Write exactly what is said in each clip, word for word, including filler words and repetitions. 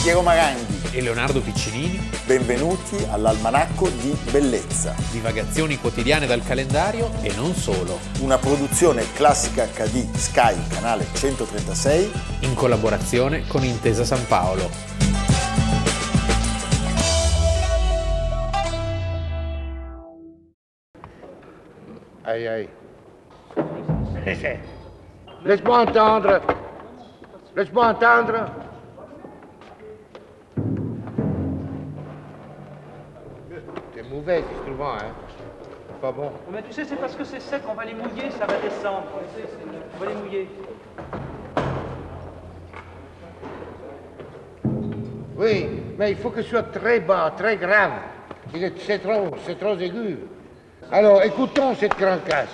Piero Maranghi e Leonardo Piccinini. Benvenuti all'Almanacco di Bellezza. Divagazioni quotidiane dal calendario e non solo. Una produzione Classica acca di Sky, canale centotrentasei. In collaborazione con Intesa San Paolo. Aïe, aïe. Laisse-moi entendre. Laisse-moi entendre. C'est mauvais, souvent, hein. Pas bon. Mais tu sais, c'est parce que c'est sec, on va les mouiller, ça va descendre. On va les mouiller. Oui, mais il faut que ce soit très bas, très grave. Il est, c'est trop, c'est trop aigu. Alors, écoutons cette grande case.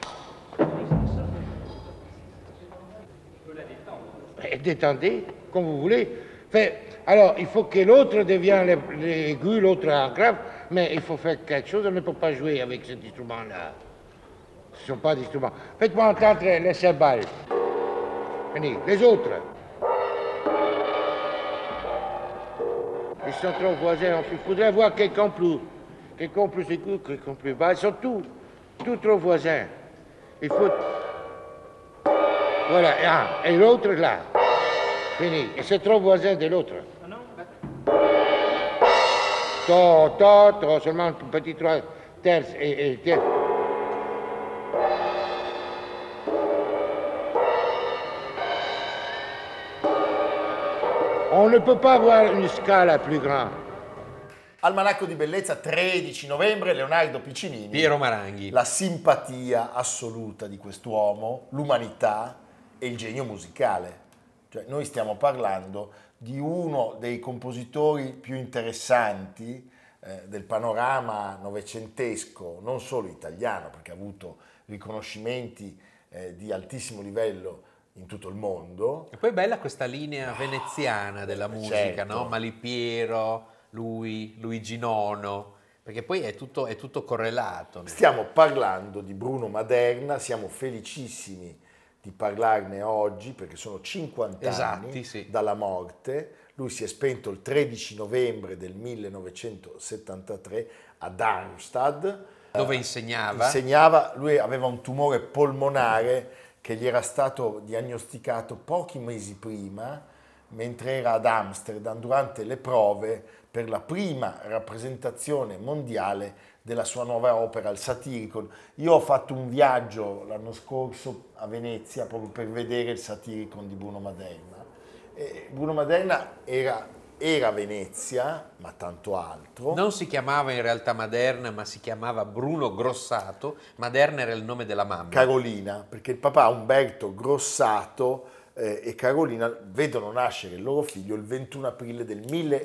Et détendez, comme vous voulez. Fait, alors, il faut que l'autre devienne l'aigu, l'autre en grave, mais il faut faire quelque chose, on ne peut pas jouer avec cet instrument-là. Ce ne sont pas d'instruments. Faites-moi entendre les cymbales. Venez, les autres. Ils sont trop voisins, il faudrait voir quelqu'un plus, quelqu'un plus aigu, quelqu'un plus bas. Ils sont tous, tous trop voisins. Il faut... Voilà, ah, et l'autre là. Fini. Et c'est trop voisin de l'autre. Ah non? To, to, to, seulement un petit trois terces et, et terces. On ne peut pas avoir une scala plus grande. Almanacco di Bellezza, tredici novembre, Leonardo Piccinini. Piero Maranghi. La simpatia assoluta di quest'uomo, l'umanità e il genio musicale. Cioè, noi stiamo parlando di uno dei compositori più interessanti eh, del panorama novecentesco, non solo italiano, perché ha avuto riconoscimenti eh, di altissimo livello in tutto il mondo. E poi è bella questa linea veneziana della musica, certo. no? Malipiero, lui, Luigi Nono, perché poi è tutto, è tutto correlato. Stiamo parlando di Bruno Maderna, siamo felicissimi di parlarne oggi perché sono cinquanta Esatti, anni sì. dalla morte. Lui si è spento il tredici novembre del millenovecentosettantatré a Darmstadt. Dove insegnava? Insegnava, lui aveva un tumore polmonare che gli era stato diagnosticato pochi mesi prima, mentre era ad Amsterdam durante le prove per la prima rappresentazione mondiale della sua nuova opera, il Satyricon. Io ho fatto un viaggio l'anno scorso a Venezia proprio per vedere il Satyricon di Bruno Maderna. E Bruno Maderna era, era a Venezia, ma tanto altro. Non si chiamava in realtà Maderna, ma si chiamava Bruno Grossato. Maderna era il nome della mamma. Carolina, perché il papà Umberto Grossato eh, e Carolina vedono nascere il loro figlio il ventuno aprile del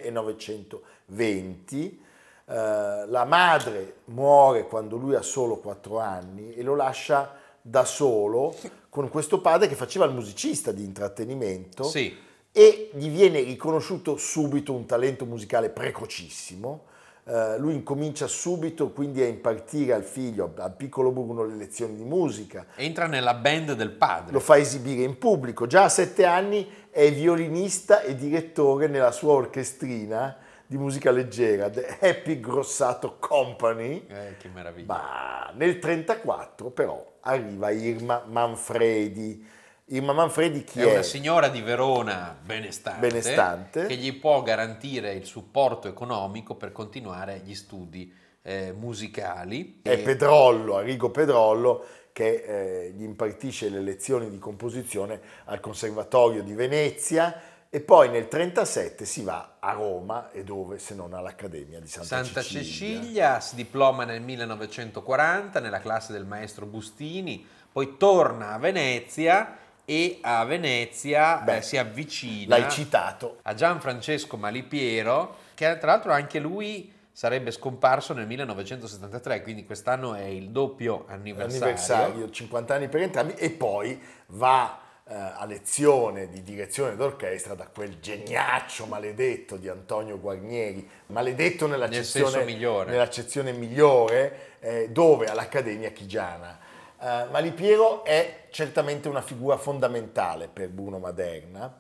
millenovecentoventi. Uh, la madre muore quando lui ha solo quattro anni e lo lascia da solo con questo padre che faceva il musicista di intrattenimento. Sì. E gli viene riconosciuto subito un talento musicale precocissimo. Uh, lui incomincia subito quindi a impartire al figlio, al piccolo Bruno, le lezioni di musica. Entra nella band del padre. Lo fa esibire in pubblico. Già a sette anni è violinista e direttore nella sua orchestrina di musica leggera, The Happy Grossato Company. Eh, che meraviglia. Ma nel trentaquattro però arriva Irma Manfredi. Irma Manfredi chi è? È una signora di Verona benestante, benestante che gli può garantire il supporto economico per continuare gli studi eh, musicali. È e... Pedrollo, Arrigo Pedrollo, che eh, gli impartisce le lezioni di composizione al Conservatorio di Venezia. E poi nel trentasette si va a Roma, e dove se non all'Accademia di Santa, Santa Cecilia. Cecilia, si diploma nel millenovecentoquaranta nella classe del maestro Bustini, poi torna a Venezia e a Venezia Beh, eh, si avvicina l'hai citato. a Gianfrancesco Malipiero, che tra l'altro anche lui sarebbe scomparso nel millenovecentosettantatré, quindi quest'anno è il doppio anniversario. Anniversario, cinquanta anni per entrambi, e poi va eh, a lezione di direzione d'orchestra da quel geniaccio maledetto di Antonio Guarnieri, maledetto nell'accezione Nel senso migliore, nell'accezione migliore eh, dove all'Accademia Chigiana. Uh, Malipiero è certamente una figura fondamentale per Bruno Maderna.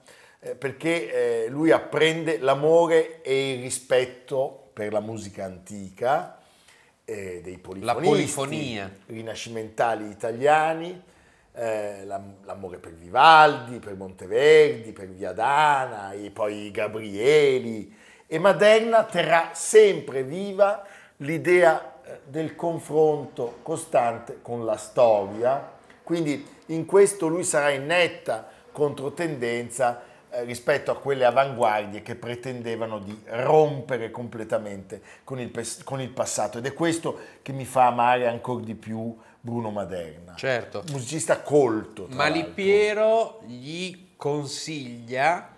eh, perché eh, lui apprende l'amore e il rispetto per la musica antica, eh, dei La polifonisti polifonia. rinascimentali italiani, eh, l'am- l'amore per Vivaldi, per Monteverdi, per Viadana e poi Gabrieli. E Maderna terrà sempre viva l'idea eh, del confronto costante con la storia, quindi in questo lui sarà in netta controtendenza eh, rispetto a quelle avanguardie che pretendevano di rompere completamente con il, pes- con il passato, ed è questo che mi fa amare ancora di più Bruno Maderna. Certo. Musicista colto, tra l'altro. Malipiero gli consiglia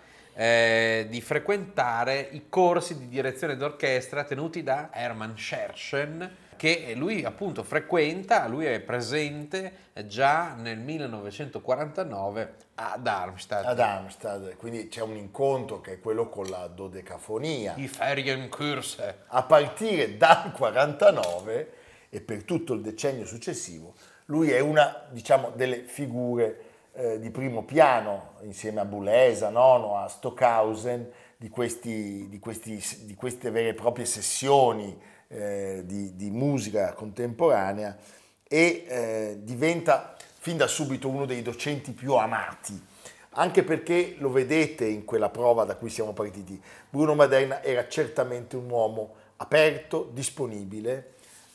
eh, di frequentare i corsi di direzione d'orchestra tenuti da Hermann Scherchen, che lui appunto frequenta, lui è presente già nel millenovecentoquarantanove a Darmstadt. Ad Amsterdam, quindi c'è un incontro che è quello con la dodecafonia. I Ferienkurse. A partire dal quarantanove e per tutto il decennio successivo, lui è una, diciamo, delle figure eh, di primo piano, insieme a Boulez, a Nono, a Stockhausen, di, questi, di, questi, di queste vere e proprie sessioni eh, di, di musica contemporanea, e eh, diventa fin da subito uno dei docenti più amati, anche perché lo vedete in quella prova da cui siamo partiti. Bruno Maderna era certamente un uomo aperto, disponibile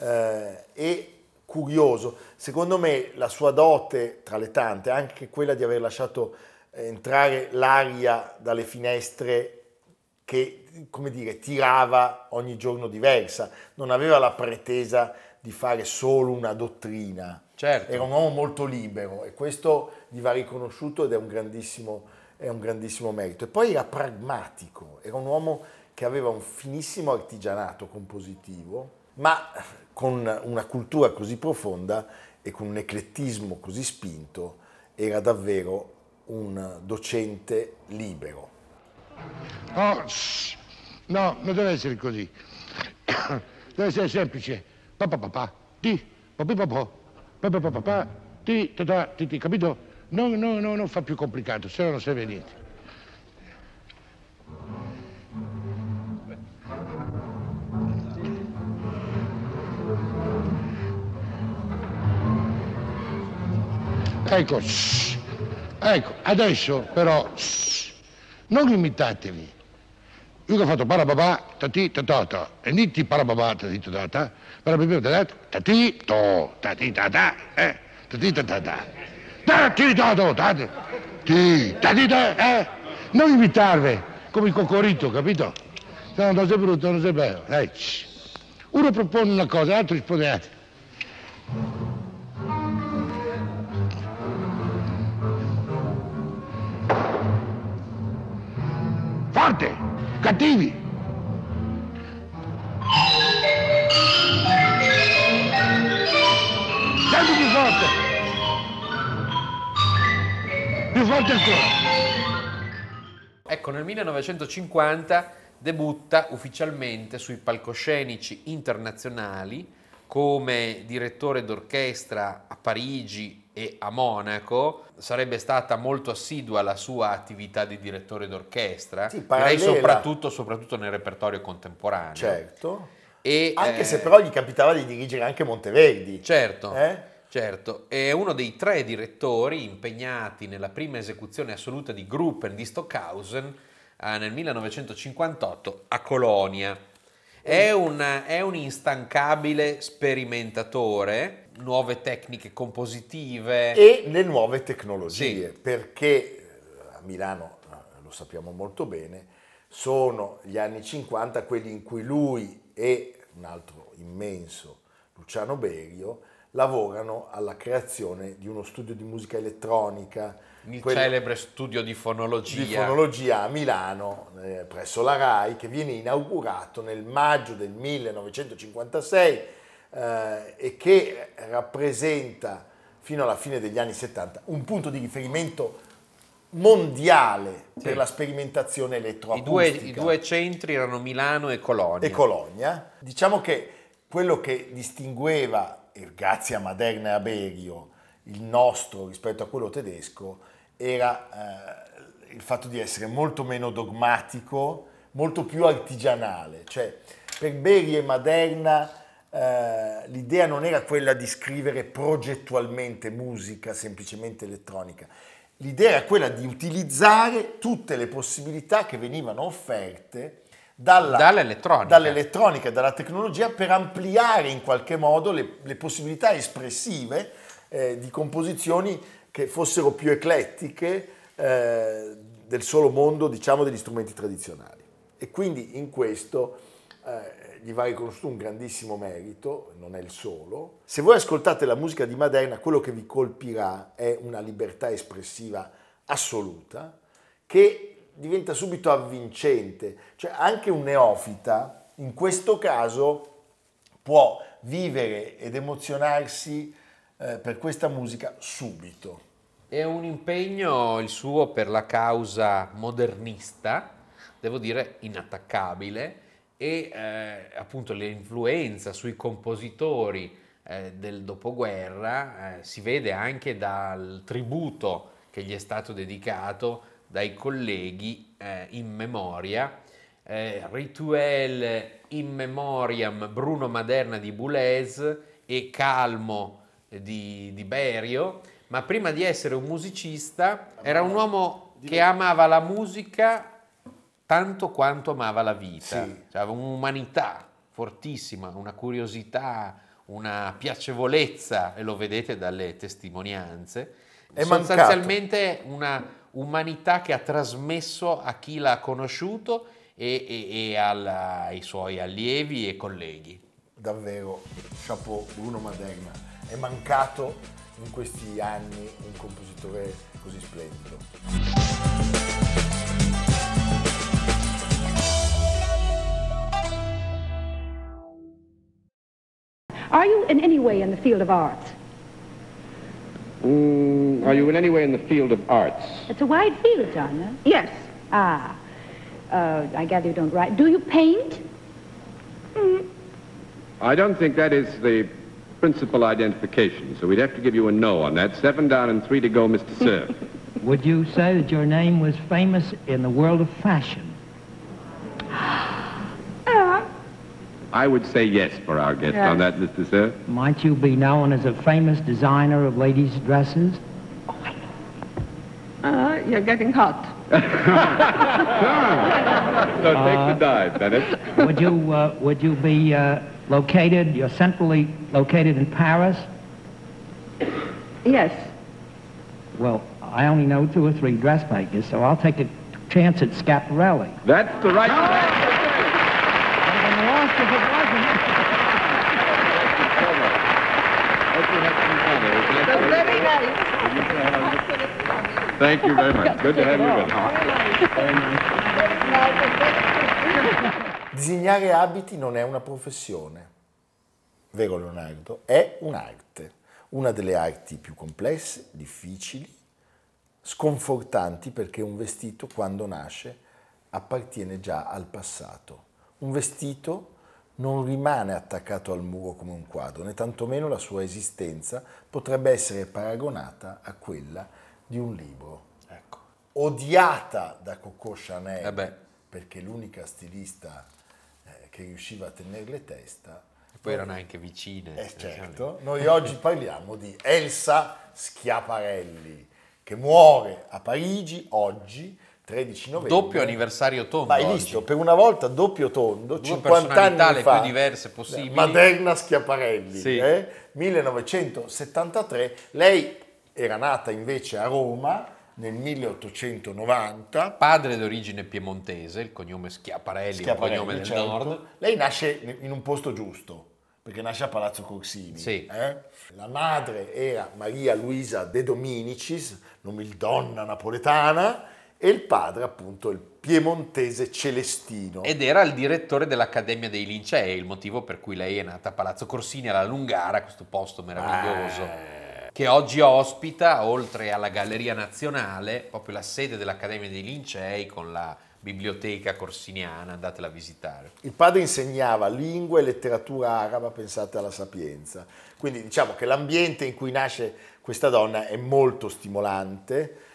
eh, e curioso. Secondo me la sua dote, tra le tante, è anche quella di aver lasciato entrare l'aria dalle finestre che, come dire, tirava ogni giorno diversa, non aveva la pretesa di fare solo una dottrina. Certo. Era un uomo molto libero e questo gli va riconosciuto ed è un grandissimo, è un grandissimo merito. E poi era pragmatico, era un uomo che aveva un finissimo artigianato compositivo, ma con una cultura così profonda e con un eclettismo così spinto era davvero un docente libero. Oh, shh. No, non deve essere così. Deve essere semplice. Papà papà, ti, papi papà, papà papà, ti, ta ti, ti, capito? No, no, no, non fa più complicato, se no non serve a niente. Ecco, shh. Ecco, adesso però, shh. Non imitatevi. Io che ho fatto para babà, tati, tatata, e nitti para babà, tati, tatata, para babà, tati, to, tati, tata, eh, tati, tatata, tati, tato, tati, ti, tati, eh, non imitarvi, come il cocorito, capito? No, non sei brutto, non sei bello, dai, shh. Uno propone una cosa, l'altro risponde altro. Forte! Cattivi! Sempre più forte! Più forte ancora! Ecco, nel millenovecentocinquanta debutta ufficialmente sui palcoscenici internazionali come direttore d'orchestra a Parigi e a Monaco. Sarebbe stata molto assidua la sua attività di direttore d'orchestra, Sì, direi parallela. soprattutto, soprattutto nel repertorio contemporaneo. Certo, E, anche eh, se però gli capitava di dirigere anche Monteverdi. Certo, Eh? certo, è uno dei tre direttori impegnati nella prima esecuzione assoluta di Gruppen di Stockhausen eh, nel millenovecentocinquantotto a Colonia. È un, è un instancabile sperimentatore, nuove tecniche compositive. E le nuove tecnologie, Sì. perché a Milano, lo sappiamo molto bene, sono gli anni cinquanta quelli in cui lui e un altro immenso Luciano Berio lavorano alla creazione di uno studio di musica elettronica, Il quello celebre studio di fonologia. di fonologia a Milano, eh, presso la RAI, che viene inaugurato nel maggio del millenovecentocinquantasei eh, e che rappresenta fino alla fine degli anni settanta un punto di riferimento mondiale Sì. per la sperimentazione I due, elettroacustica. I due centri erano Milano e Colonia. E Cologna. Diciamo che quello che distingueva, e grazie a Maderna e a Berio, il nostro rispetto a quello tedesco era eh, il fatto di essere molto meno dogmatico, molto più artigianale. Cioè, per Berio e Maderna eh, l'idea non era quella di scrivere progettualmente musica semplicemente elettronica. L'idea era quella di utilizzare tutte le possibilità che venivano offerte dalla, dall'elettronica. dall'elettronica e dalla tecnologia per ampliare in qualche modo le, le possibilità espressive eh, di composizioni che fossero più eclettiche eh, del solo mondo, diciamo, degli strumenti tradizionali. E quindi in questo eh, gli va riconosciuto un grandissimo merito, non è il solo. Se voi ascoltate la musica di Maderna, quello che vi colpirà è una libertà espressiva assoluta che diventa subito avvincente. Cioè anche un neofita in questo caso può vivere ed emozionarsi eh, per questa musica subito. È un impegno il suo per la causa modernista, devo dire inattaccabile, e eh, appunto l'influenza sui compositori eh, del dopoguerra eh, si vede anche dal tributo che gli è stato dedicato dai colleghi eh, in memoria, eh, Rituel in memoriam Bruno Maderna di Boulez e Calmo di, di Berio, ma prima di essere un musicista era un uomo che amava la musica tanto quanto amava la vita, Sì. cioè, aveva un'umanità fortissima, una curiosità, una piacevolezza, e lo vedete dalle testimonianze, È sostanzialmente una umanità che ha trasmesso a chi l'ha conosciuto e, e, e alla, ai suoi allievi e colleghi. Davvero, chapeau, Bruno Maderna. È mancato in questi anni un compositore così splendido. Are you in any way in the field of arts? Mm, are you in any way in the field of arts? It's a wide field, John. Huh? Yes. Ah, uh, I gather you don't write. Do you paint? Mm. I don't think that is the principal identification, so we'd have to give you a no on that. Seven down and three to go, Mister Cerf. Would you say that your name was famous in the world of fashion? Uh, I would say yes for our guest Yeah. on that, Mister Cerf. Might you be known as a famous designer of ladies' dresses? uh, you're getting hot. So take the dive, Bennett. Would you, uh, would you be uh, located, you're centrally located in Paris? Yes. Well, I only know two or three dressmakers, so I'll take a chance at Schiaparelli. That's the right answer. I'd have been lost if it wasn't. That's very nice. Thank you very much. Good to have you with us. Disegnare abiti non è una professione, vero Leonardo? È un'arte, una delle arti più complesse, difficili, sconfortanti, perché un vestito quando nasce appartiene già al passato. Un vestito non rimane attaccato al muro come un quadro, né tantomeno la sua esistenza potrebbe essere paragonata a quella di un libro. Ecco. Odiata da Coco Chanel, Eh beh. perché l'unica stilista eh, che riusciva a tenerle testa. Poi erano anche vicine. Eh, certo, noi oggi parliamo di Elsa Schiaparelli, che muore a Parigi oggi, tredici novembre. Doppio anniversario tondo. Ma hai oggi. visto, per una volta doppio tondo, Due cinquanta personalità anni le fa, più diverse possibili. Maderna Schiaparelli, Sì. eh? millenovecentosettantatré. Lei era nata invece a Roma nel milleottocentonovanta. Padre d'origine piemontese, il cognome Schiaparelli, Schiaparelli, un cognome del certo. nord. Lei nasce in un posto giusto, perché nasce a Palazzo Corsini. Sì. eh? La madre era Maria Luisa De Dominicis, nomildonna napoletana, e il padre appunto il piemontese Celestino. Ed era il direttore dell'Accademia dei Lincei, il motivo per cui lei è nata a Palazzo Corsini, alla Lungara, questo posto meraviglioso, Eh. che oggi ospita, oltre alla Galleria Nazionale, proprio la sede dell'Accademia dei Lincei con la biblioteca corsiniana, andatela a visitare. Il padre insegnava lingua e letteratura araba, pensate alla Sapienza. Quindi diciamo che l'ambiente in cui nasce questa donna è molto stimolante,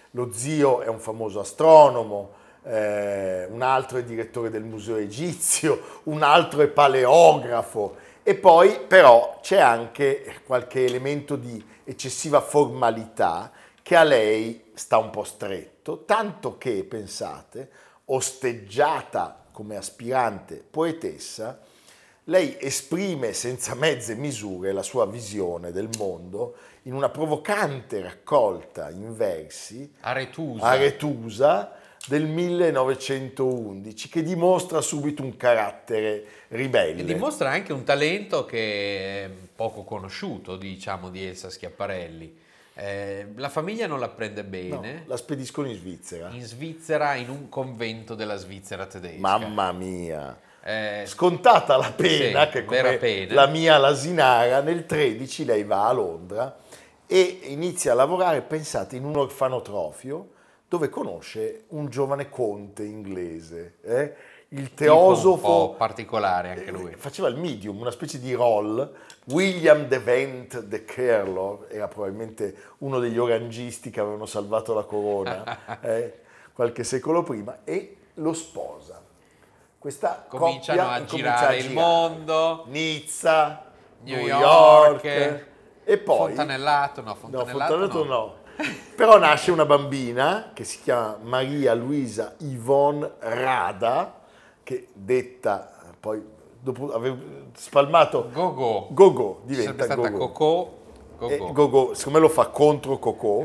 lo zio è un famoso astronomo, eh, un altro è direttore del museo egizio, un altro è paleografo, e poi però c'è anche qualche elemento di eccessiva formalità che a lei sta un po' stretto, tanto che, pensate, osteggiata come aspirante poetessa, lei esprime senza mezze misure la sua visione del mondo in una provocante raccolta in versi, Aretusa, Aretusa del millenovecentoundici, che dimostra subito un carattere ribelle. e dimostra anche un talento che è poco conosciuto, diciamo, di Elsa Schiaparelli. Eh, la famiglia non la prende No, bene. la spediscono in Svizzera. In Svizzera, in un convento della Svizzera tedesca. Mamma mia! Eh, Scontata la pena, sì, che vera come pena. la mia l'asinara, nel tredici lei va a Londra e inizia a lavorare, pensate, in un orfanotrofio dove conosce un giovane conte inglese, eh? il teosofo, tipo un po' particolare anche lui. eh, faceva il medium, una specie di roll. William Devent de Kerlor era probabilmente uno degli orangisti che avevano salvato la corona eh, qualche secolo prima, e lo sposa. Questa Cominciano coppia a incomincia girare il mondo. Nizza, New New York, York, e poi Fontanellato, no, no, Fontanellato, Fontanellato no. no. Però nasce una bambina che si chiama Maria Luisa Yvonne Rada, che detta poi dopo aver spalmato Gogò. Gogò, Ci sarebbe diventa stata Gogò. Cocò, E Gogò. Gogò, secondo me lo fa contro Cocò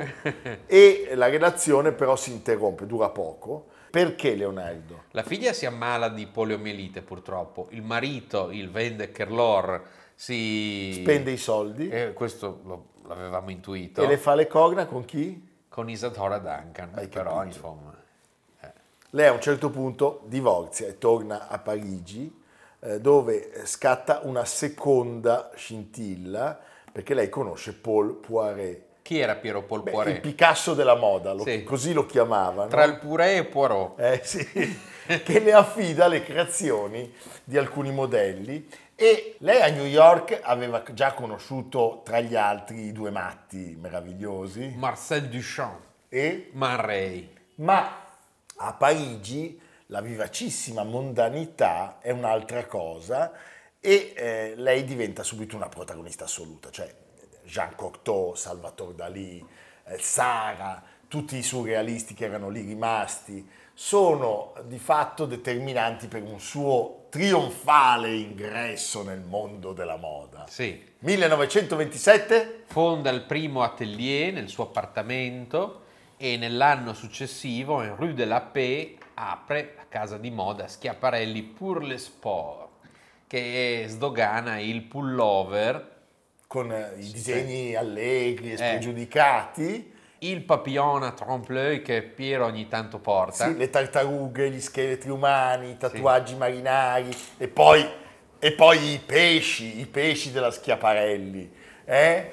e la relazione però si interrompe, dura poco. Perché Leonardo? La figlia si ammala di poliomielite purtroppo, il marito, il Van Kerlor, si... Spende i soldi Eh, questo lo- l'avevamo intuito, e le fa le corna con chi? con Isadora Duncan, Hai però capito. insomma... Lei a un certo punto divorzia e torna a Parigi, eh, dove scatta una seconda scintilla, perché lei conosce Paul Poiret. Chi era Piero Paul Beh, Poiret? il Picasso della moda, lo- Sì. così lo chiamavano. Tra il Poiret e Poirot. Eh, sì, che le affida le creazioni di alcuni modelli, e lei a New York aveva già conosciuto tra gli altri i due matti meravigliosi, Marcel Duchamp, e, Man Ray. ma a Parigi la vivacissima mondanità è un'altra cosa, e eh, lei diventa subito una protagonista assoluta, cioè Jean Cocteau, Salvatore Dalì, eh, Sara, tutti i surrealisti che erano lì rimasti, sono di fatto determinanti per un suo trionfale ingresso nel mondo della moda. Sì. millenovecentoventisette? Fonda il primo atelier nel suo appartamento e nell'anno successivo, in Rue de la Paix, apre la casa di moda Schiaparelli Pour le Sport, che sdogana il pullover, Con eh, i Sì. disegni allegri e Eh. spregiudicati, il papillon à trompe-l'œil che Piero ogni tanto porta. sì, le tartarughe, gli scheletri umani, i tatuaggi marinari, e poi, e poi i pesci, i pesci della Schiaparelli. Eh?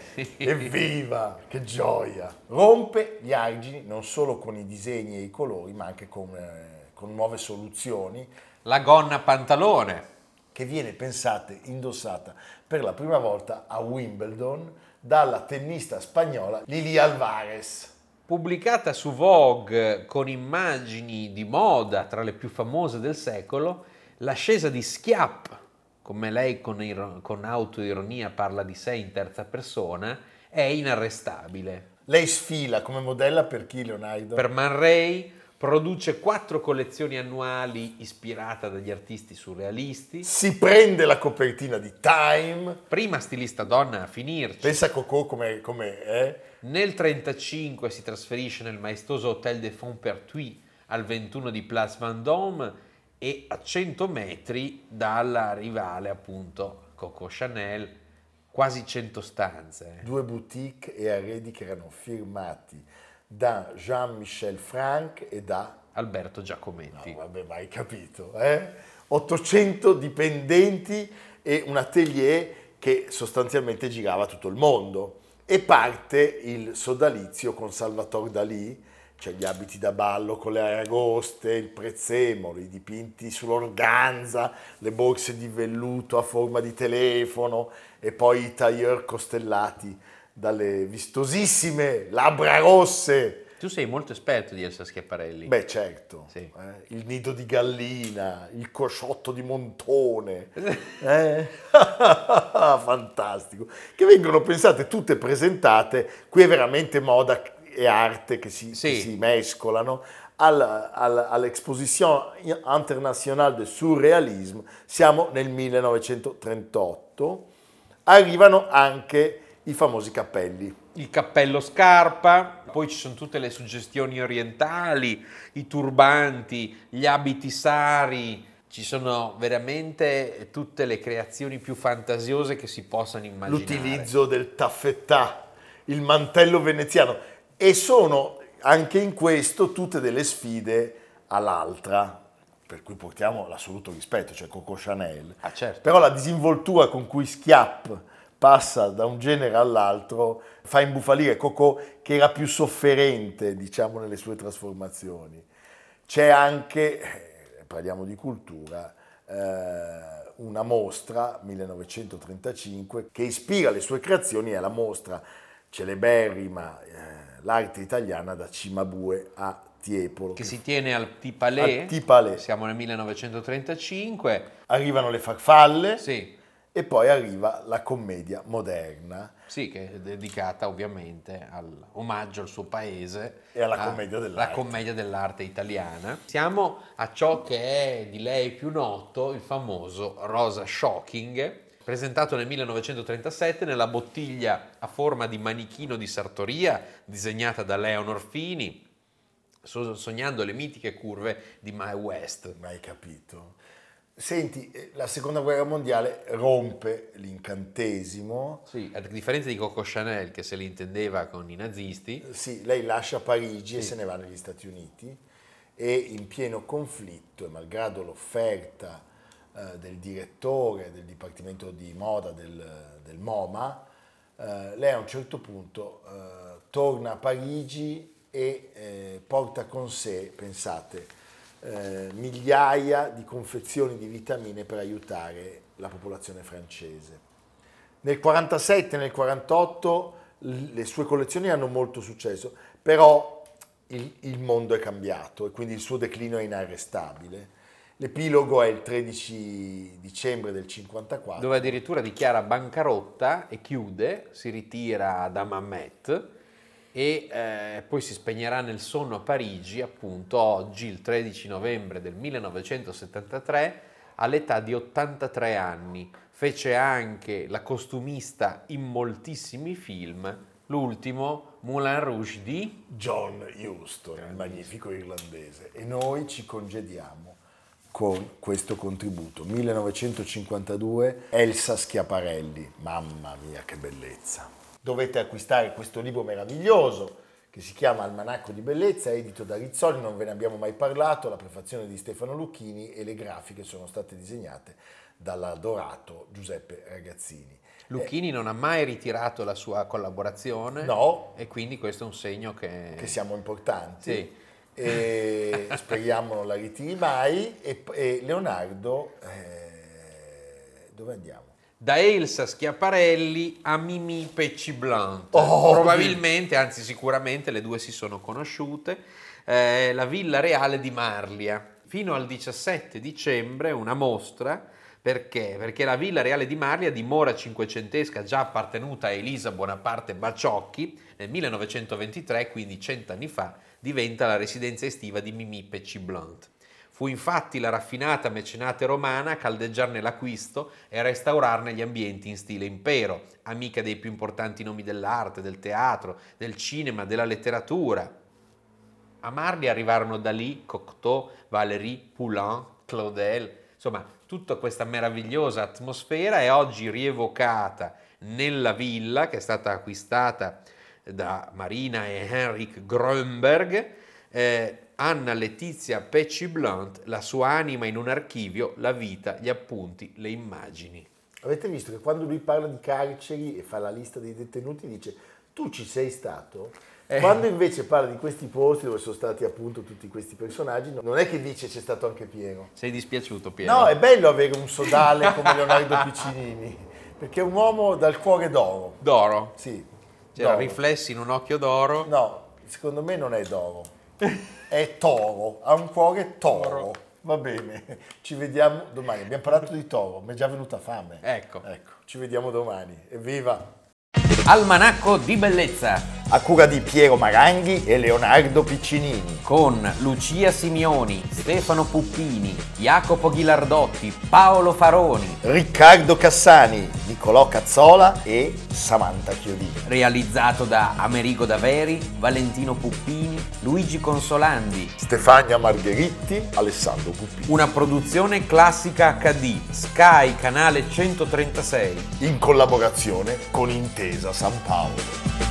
Evviva, che gioia! Rompe gli argini non solo con i disegni e i colori, ma anche con, eh, con nuove soluzioni, La gonna pantalone, che viene, pensate, indossata per la prima volta a Wimbledon dalla tennista spagnola Lili Alvarez. pubblicata su Vogue con immagini di moda tra le più famose del secolo, l'ascesa di Schiapp, come lei con, iro- con autoironia parla di sé in terza persona, è inarrestabile. Lei sfila come modella per chi, Leonardo? Per Man Ray produce quattro collezioni annuali ispirate dagli artisti surrealisti, Si prende la copertina di Time. prima stilista donna a finirci. Pensa a Coco come, come è. Nel trentacinque si trasferisce nel maestoso Hotel de Fontpertuis al ventuno di Place Vendôme e a cento metri dalla rivale, appunto, Coco Chanel, quasi cento stanze. Due boutique e arredi che erano firmati da Jean-Michel Franck e da... Alberto Giacometti. No, vabbè, ma hai capito, eh? ottocento dipendenti e un atelier che sostanzialmente girava tutto il mondo. E parte il sodalizio con Salvatore Dalì, cioè gli abiti da ballo con le aragoste, il prezzemolo, i dipinti sull'organza, le borse di velluto a forma di telefono e poi i tailleur costellati dalle vistosissime labbra rosse Tu sei molto esperto di Elsa Schiaparelli. Beh, certo. Sì. Eh, il nido di gallina, il cosciotto di Montone. Eh? Fantastico. Che vengono pensate tutte presentate, qui è veramente moda e arte che si, Sì. che si mescolano, al, al, all'Exposition Internationale de Surrealisme, siamo nel millenovecentotrentotto, arrivano anche i famosi cappelli. Il cappello scarpa, poi ci sono tutte le suggestioni orientali, i turbanti, gli abiti sari, ci sono veramente tutte le creazioni più fantasiose che si possano immaginare. L'utilizzo del taffettà, il mantello veneziano, e sono anche in questo tutte delle sfide all'altra, per cui portiamo l'assoluto rispetto, cioè Coco Chanel. Ah, certo. Però la disinvoltura con cui Schiapp passa da un genere all'altro fa imbufalire Coco, che era più sofferente, diciamo, nelle sue trasformazioni. C'è anche, eh, parliamo di cultura, eh, una mostra, millenovecentotrentacinque, che ispira le sue creazioni, è la mostra celeberrima, eh, l'arte italiana da Cimabue a Tiepolo. Che si tiene al Tipalé, Al Tipalé. Siamo nel millenovecentotrentacinque. Arrivano le farfalle, Sì, e poi arriva la commedia moderna. sì, che è dedicata ovviamente all'omaggio al suo paese E alla a- commedia dell'arte. la commedia dell'arte italiana. Siamo a ciò che è di lei più noto, il famoso Rosa Shocking, presentato nel millenovecentotrentasette nella bottiglia a forma di manichino di sartoria disegnata da Leonor Fini, so- sognando le mitiche curve di Mae West. Mai capito. Senti, eh, la seconda guerra mondiale rompe l'incantesimo. Sì, a differenza di Coco Chanel che se li intendeva con i nazisti. Sì, lei lascia Parigi e se ne va negli Stati Uniti, e in pieno conflitto, e malgrado l'offerta eh, del direttore del Dipartimento di Moda del, del MoMA, eh, lei a un certo punto eh, torna a Parigi e eh, porta con sé, pensate, eh, migliaia di confezioni di vitamine per aiutare la popolazione francese. Nel quarantasette e nel quarantotto l- le sue collezioni hanno molto successo, però il, il mondo è cambiato e quindi il suo declino è inarrestabile. L'epilogo è il tredici dicembre del cinquantaquattro. Dove addirittura dichiara bancarotta e chiude, si ritira da Mamet e eh, poi si spegnerà nel sonno a Parigi, appunto oggi, il tredici novembre del millenovecentosettantatré, all'età di ottantatré anni. Fece anche la costumista in moltissimi film, l'ultimo Moulin Rouge di John Huston, il magnifico irlandese. E noi ci congediamo con questo contributo. millenovecentocinquantadue, Elsa Schiaparelli. Mamma mia, che bellezza! Dovete acquistare questo libro meraviglioso che si chiama Almanacco di Bellezza, edito da Rizzoli, non ve ne abbiamo mai parlato, la prefazione di Stefano Lucchini e le grafiche sono state disegnate dall'adorato Giuseppe Ragazzini. Lucchini non ha mai ritirato la sua collaborazione. No. E quindi questo è un segno che... Che siamo importanti. Sì. E speriamo non la ritiri mai. E, e Leonardo, eh, dove andiamo? Da Elsa Schiaparelli a Mimì Pecci Blunt. Oh, Probabilmente, anzi sicuramente, le due si sono conosciute. Eh, la Villa Reale di Marlia. Fino al diciassette dicembre una mostra. Perché? Perché la Villa Reale di Marlia, dimora cinquecentesca già appartenuta a Elisa Bonaparte Baciocchi, nel millenovecentoventitré, quindi cent'anni fa, diventa la residenza estiva di Mimì Pecci Blunt. Fu infatti la raffinata mecenate romana a caldeggiarne l'acquisto e a restaurarne gli ambienti in stile impero, amica dei più importanti nomi dell'arte, del teatro, del cinema, della letteratura. A Marlia arrivarono Dalì, Cocteau, Valéry, Poulain, Claudel, insomma tutta questa meravigliosa atmosfera è oggi rievocata nella villa che è stata acquistata da Marina e Henrik Grönberg. Eh, Anna Letizia Pecci Blunt, la sua anima in un archivio, la vita, gli appunti, le immagini. Avete visto che quando lui parla di carceri e fa la lista dei detenuti dice tu ci sei stato? Eh. Quando invece parla di questi posti dove sono stati appunto tutti questi personaggi, non è che dice c'è stato anche Piero. Sei dispiaciuto, Piero? No, è bello avere un sodale come Leonardo Piccinini, perché è un uomo dal cuore d'oro. D'oro? Sì. C'era d'oro. riflessi in un occhio d'oro. No, secondo me non è d'oro, è toro, ha un cuore toro. Va bene, ci vediamo domani. Abbiamo parlato di toro, mi è già venuta fame. Ecco. Ecco, ci vediamo domani. Evviva! Almanacco di bellezza A cura di Piero Maranghi e Leonardo Piccinini. con Lucia Simioni, Stefano Puppini, Jacopo Ghilardotti, Paolo Faroni, Riccardo Cassani, Nicolò Cazzola e Samantha Chiodini. realizzato da Amerigo Daveri, Valentino Puppini, Luigi Consolandi. Stefania Margheritti, Alessandro Puppini. Una produzione Classica acca di, Sky canale centotrentasei. In collaborazione con Intesa San Paolo.